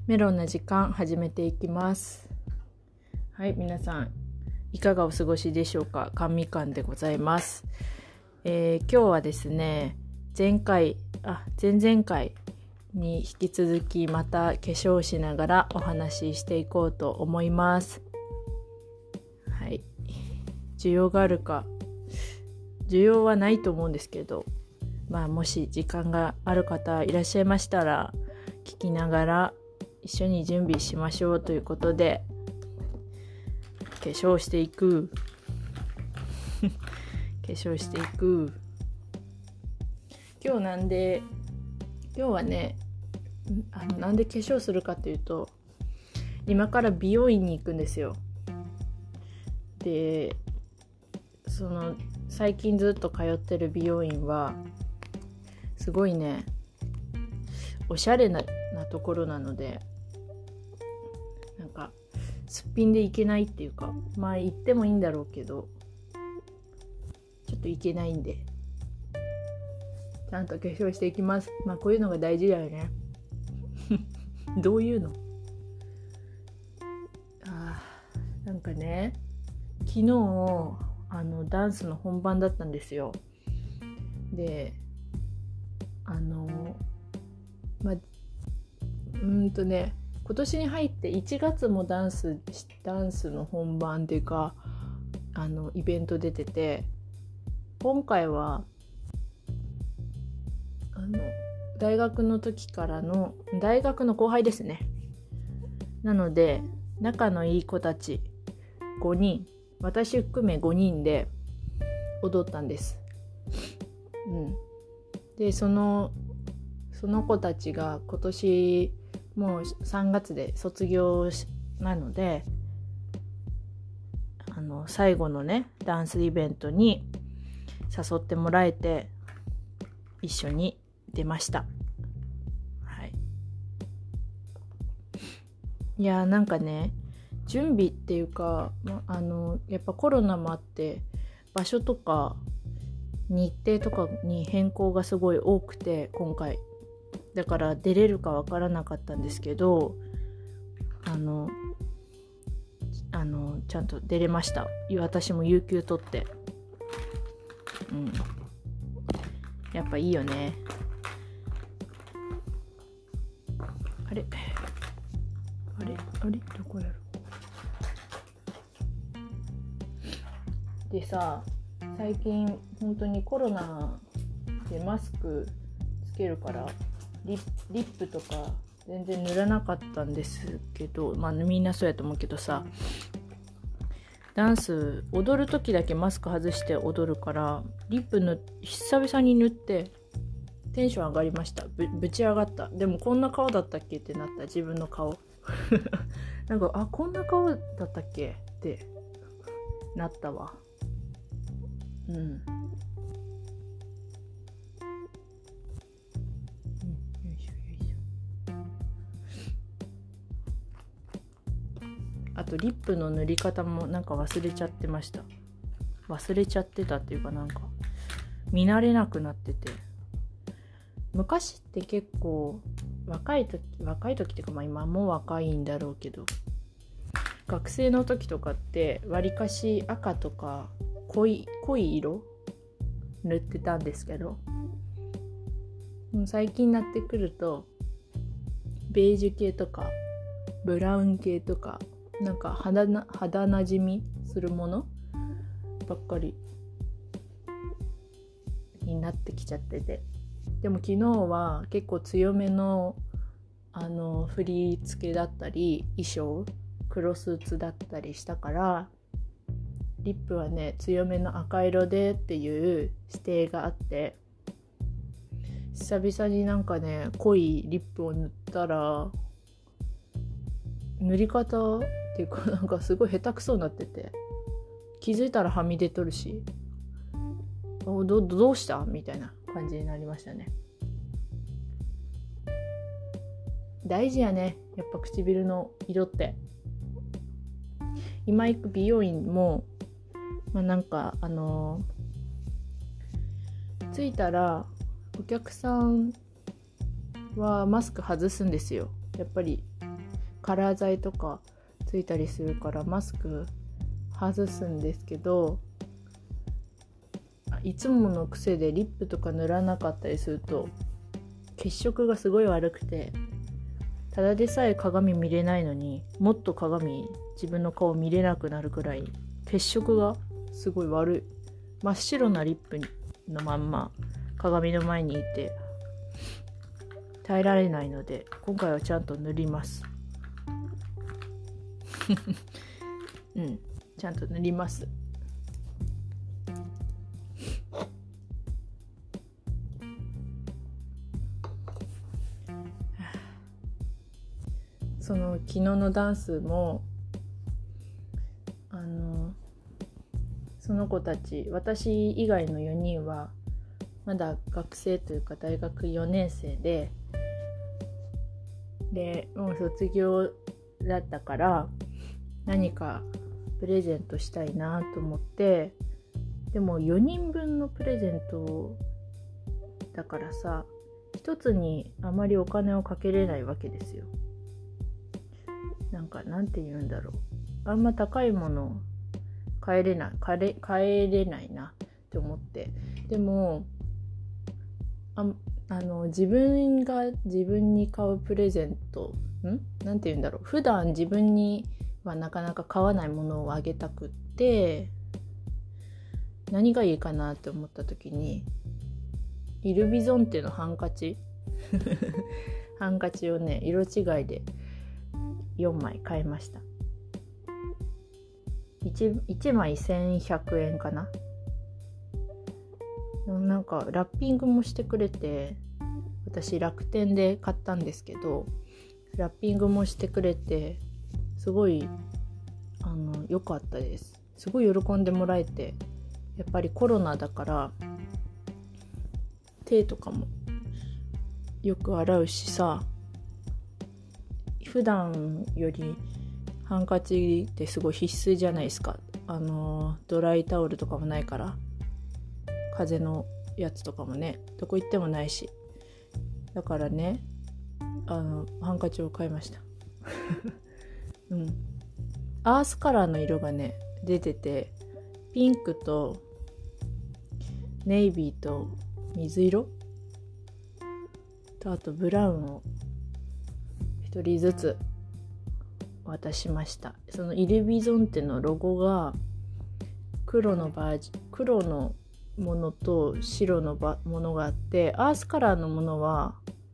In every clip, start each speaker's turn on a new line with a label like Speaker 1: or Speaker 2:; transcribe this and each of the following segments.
Speaker 1: メロンな時間始めていきます。はい、皆さんいかがお過ごしでしょうか。甘味館でございます。今日はですね、前々回に引き続きまた化粧しながらお話ししていこうと思います。はい、需要があるか、需要はないと思うんですけど、もし時間がある方いらっしゃいましたら聞きながら一緒に準備しましょうということで、化粧していく今日はね、なんで化粧するかというと、今から美容院に行くんですよ。で、最近ずっと通ってる美容院はすごいね、おしゃれなところなので、なんかすっぴんで行けないっていうか、行ってもいいんだろうけど、ちょっと行けないんでちゃんと化粧していきます。こういうのが大事だよねどういうの？なんかね、昨日ダンスの本番だったんですよ。で、今年に入って1月もダンスの本番っていうか、イベント出てて、今回は大学の時からの大学の後輩ですね。なので仲のいい子たち5人、私含め5人で踊ったんです。で、その子たちが今年もう3月で卒業なので、最後のねダンスイベントに誘ってもらえて一緒に出ました。はい。いや、なんかね、準備っていうか、やっぱコロナもあって場所とか日程とかに変更がすごい多くて、今回だから出れるかわからなかったんですけど、ちゃんと出れました。私も有給取って、やっぱいいよね。あれどこやろでさ、最近本当にコロナでマスクつけるからリップとか全然塗らなかったんですけど、みんなそうやと思うけどさ、ダンス踊る時だけマスク外して踊るから、リップ久々に塗ってテンション上がりました。ぶち上がった。でもこんな顔だったっけってなった、自分の顔なんかこんな顔だったっけってなったわ。あとリップの塗り方もなんか忘れちゃってました。忘れちゃってたっていうか、なんか見慣れなくなってて、昔って結構若い時っていうか、今も若いんだろうけど、学生の時とかってわりかし赤とか濃い色塗ってたんですけど、最近になってくるとベージュ系とかブラウン系とか、なんか肌なじみするものばっかりになってきちゃってて、でも昨日は結構強めの振り付けだったり衣装、黒スーツだったりしたから、リップはね強めの赤色でっていう指定があって、久々になんかね濃いリップを塗ったら、塗り方っていうか、なんかすごい下手くそになってて、気づいたらはみ出とるし、どうしたみたいな感じになりましたね。大事やね、やっぱ唇の色って。今行く美容院もなんか着いたらお客さんはマスク外すんですよ。やっぱりカラー剤とかついたりするからマスク外すんですけど、いつもの癖でリップとか塗らなかったりすると血色がすごい悪くて、ただでさえ鏡見れないのにもっと自分の顔見れなくなるくらい血色がすごい悪い。真っ白なリップのまんま鏡の前にいて耐えられないので、今回はちゃんと塗りますちゃんと塗ります。その昨日のダンスもその子たち、私以外の4人はまだ学生というか大学4年生でもう卒業だったから何かプレゼントしたいなと思って、でも4人分のプレゼントだからさ、一つにあまりお金をかけれないわけですよ。なんて言うんだろう、あんま高いもの買えれないなって思って、でも自分が自分に買うプレゼント、なんて言うんだろう、普段自分にはなかなか買わないものをあげたくって、何がいいかなって思った時にイルビゾンテのハンカチハンカチをね、色違いで4枚買いました。1枚1100円かな。なんかラッピングもしてくれて、私楽天で買ったんですけど、ラッピングもしてくれてすごい良かったです。すごい喜んでもらえて、やっぱりコロナだから手とかもよく洗うしさ、普段よりハンカチってすごい必須じゃないですか。ドライタオルとかもないから、風のやつとかもね、どこ行ってもないし、だからね、ハンカチを買いましたアースカラーの色がね出てて、ピンクとネイビーと水色とあとブラウンを1人ずつ渡しました。そのイルビゾンテのロゴが黒のものと白のものがあって、アースカラーのものは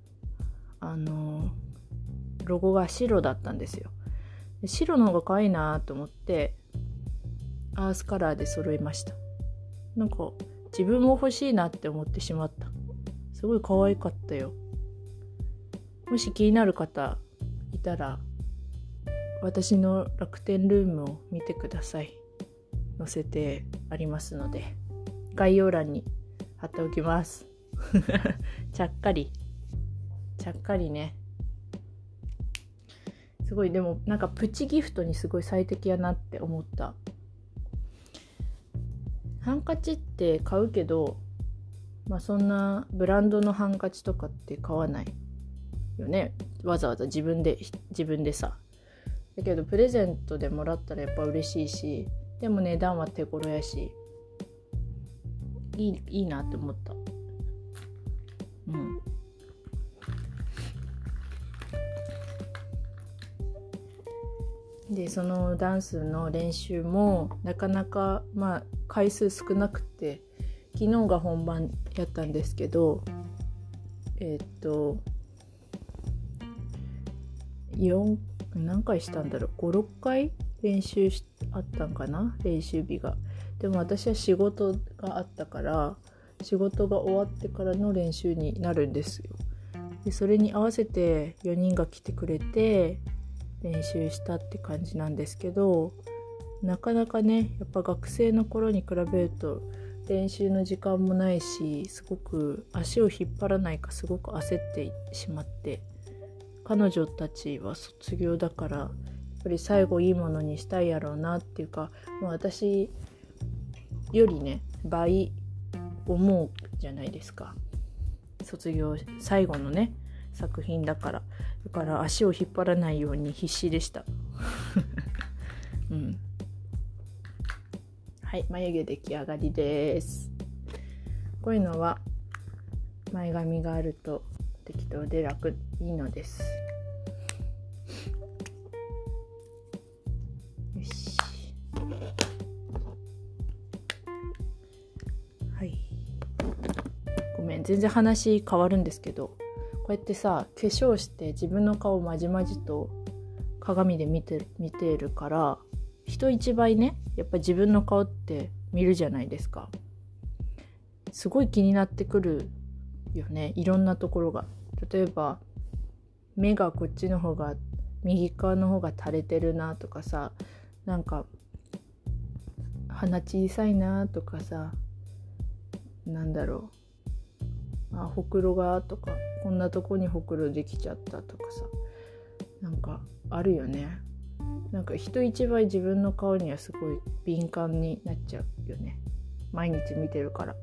Speaker 1: ロゴが白だったんですよ。白の方が可愛いなと思ってアースカラーで揃えました。なんか自分も欲しいなって思ってしまった。すごい可愛かったよ。もし気になる方いたら私の楽天ルームを見てください。載せてありますので概要欄に貼っておきますちゃっかりね。すごい、でもなんかプチギフトにすごい最適やなって思った。ハンカチって買うけど、そんなブランドのハンカチとかって買わないよね、わざわざ自分でさ。だけどプレゼントでもらったらやっぱ嬉しいし、でも値段は手頃やし、いいなって思った。でそのダンスの練習もなかなか回数少なくて、昨日が本番やったんですけど、何回したんだろう、5、6回練習あったんかな、練習日が。でも私は仕事があったから、仕事が終わってからの練習になるんですよ。でそれに合わせて4人が来てくれて練習したって感じなんですけど、なかなかね、やっぱ学生の頃に比べると練習の時間もないし、すごく足を引っ張らないかすごく焦ってしまって、彼女たちは卒業だからやっぱり最後いいものにしたいやろうなっていうか、私よりね倍思うじゃないですか。最後のね作品だから足を引っ張らないように必死でしたはい、眉毛出来上がりです。こういうのは前髪があると適当でいいのです。よし、はい、ごめん、全然話変わるんですけど、こうやってさ、化粧して自分の顔まじまじと鏡で見てるから、人一倍ね、やっぱり自分の顔って見るじゃないですか。すごい気になってくるよね、いろんなところが。例えば目がこっちの方が、右側の方が垂れてるなとかさ、なんか鼻小さいなとかさ、なんだろう、ほくろがとか、こんなとこにほくろできちゃったとかさ、なんかあるよね。なんか人一倍自分の顔にはすごい敏感になっちゃうよね、毎日見てるから。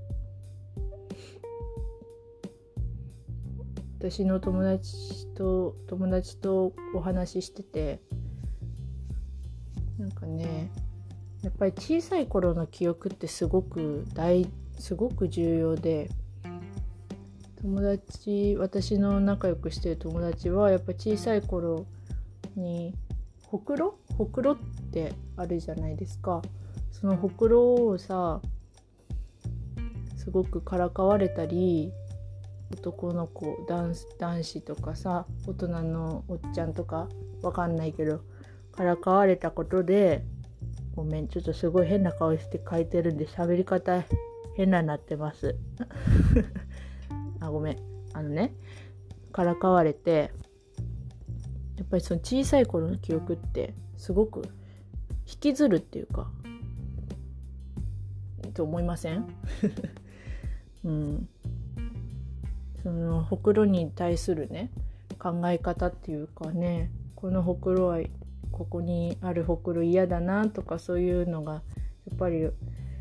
Speaker 1: 私の友達とお話ししてて、なんかね、やっぱり小さい頃の記憶ってすごく重要で、私の仲良くしてる友達はやっぱ小さい頃にほくろってあるじゃないですか。そのほくろをさ、すごくからかわれたり、男の子、男子とかさ、大人のおっちゃんとかわかんないけどからかわれたことで、ごめん、ちょっとすごい変な顔して書いてるんで喋り方変ななってますごめん、からかわれて、やっぱりその小さい頃の記憶ってすごく引きずるっていうか、と思いませんそのほくろに対するね、考え方っていうかね、このほくろは、ここにあるほくろ嫌だなとか、そういうのがやっぱり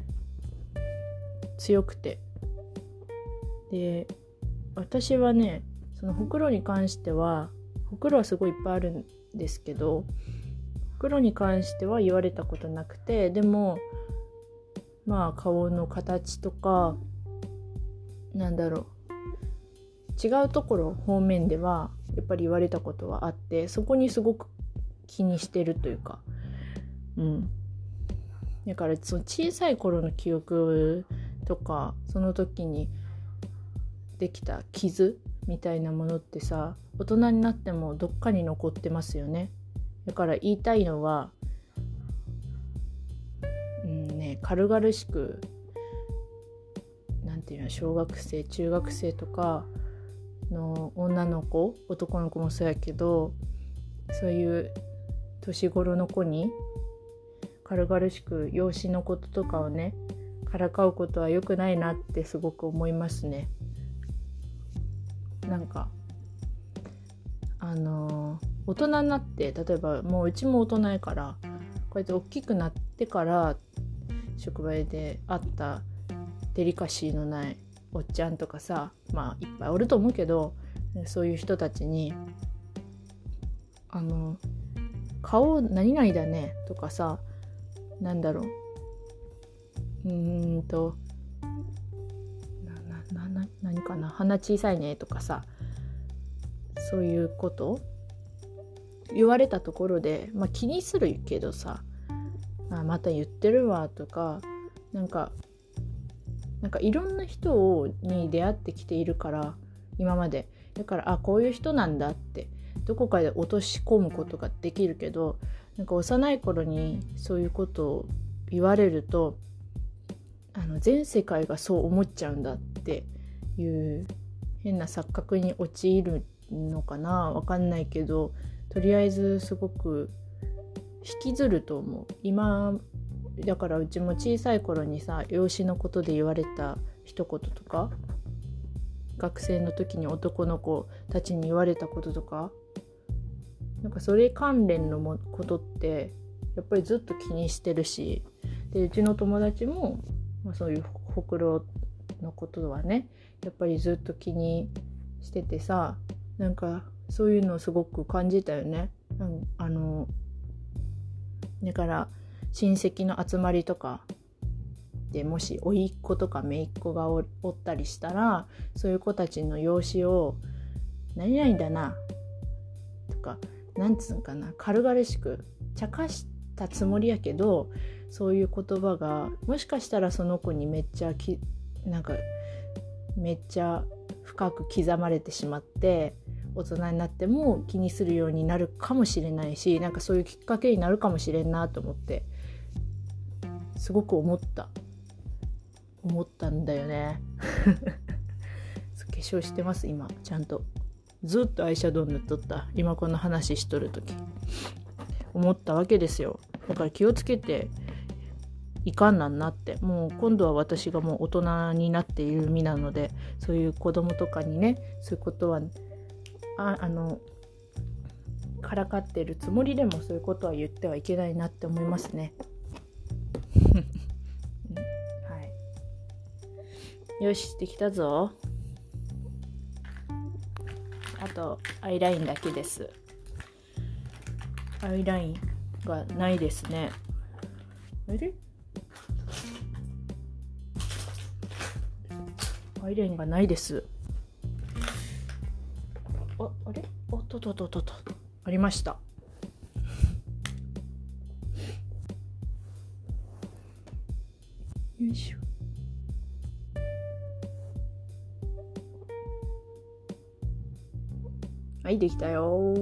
Speaker 1: 強くて、で、私はね、そのほくろに関しては、ほくろはすごいいっぱいあるんですけど、ほくろに関しては言われたことなくて、でも顔の形とか、なんだろう、違うところ方面ではやっぱり言われたことはあって、そこにすごく気にしてるというか、だからその小さい頃の記憶とか、その時にできた傷みたいなものってさ、大人になってもどっかに残ってますよね。だから言いたいのは、軽々しく、なんていうの、小学生中学生とかの女の子、男の子もそうやけど、そういう年頃の子に軽々しく養子のこととかをね、からかうことは良くないなってすごく思いますね。なんか大人になって、例えばもううちも大人やから、こうやって大きくなってから職場で会ったデリカシーのないおっちゃんとかさ、いっぱいおると思うけど、そういう人たちに顔何々だねとかさ、なんだろう、何かな、鼻小さいねとかさ、そういうこと言われたところで、気にするけどさ、また言ってるわとか、なんかいろんな人に出会ってきているから、今までだから、こういう人なんだってどこかで落とし込むことができるけど、なんか幼い頃にそういうことを言われると、全世界がそう思っちゃうんだっていう変な錯覚に陥るのかな、わかんないけど、とりあえずすごく引きずると思う。今だから、うちも小さい頃にさ、養子のことで言われた一言とか、学生の時に男の子たちに言われたこととか、なんかそれ関連のことってやっぱりずっと気にしてるし、でうちの友達も、そういうほくろのことはね、やっぱりずっと気にしててさ、 なんかそういうのをすごく感じたよね。だから親戚の集まりとかでもし甥っ子とか姪っ子が おったりしたら、そういう子たちの容姿を何々だなとか、なんつうんかな、軽々しく茶化したつもりやけど、そういう言葉がもしかしたらその子にめっちゃ深く刻まれてしまって、大人になっても気にするようになるかもしれないし、なんかそういうきっかけになるかもしれんなと思って、すごく思ったんだよね。化粧してます今、ちゃんとずっとアイシャドウ塗っとった。今この話しとる時思ったわけですよ。だから気をつけていかんなんなって。もう今度は私がもう大人になっている身なので、そういう子供とかにね、そういうことはからかってるつもりでもそういうことは言ってはいけないなって思いますね。はい、よし、できたぞ。あとアイラインだけです。アイラインがないですね。あれ？アイラインがないです。あれ？おっとありました。よいしょ。はい、できたよ。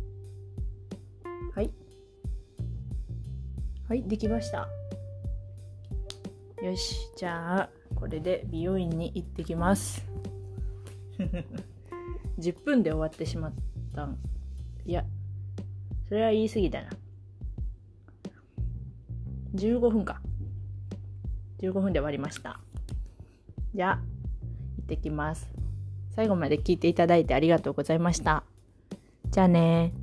Speaker 1: はい、できました。よし、じゃあこれで美容院に行ってきます。10分で終わってしまったん。いや、それは言い過ぎだな。15分か。15分で終わりました。じゃあ行ってきます。最後まで聞いていただいてありがとうございました。じゃあね。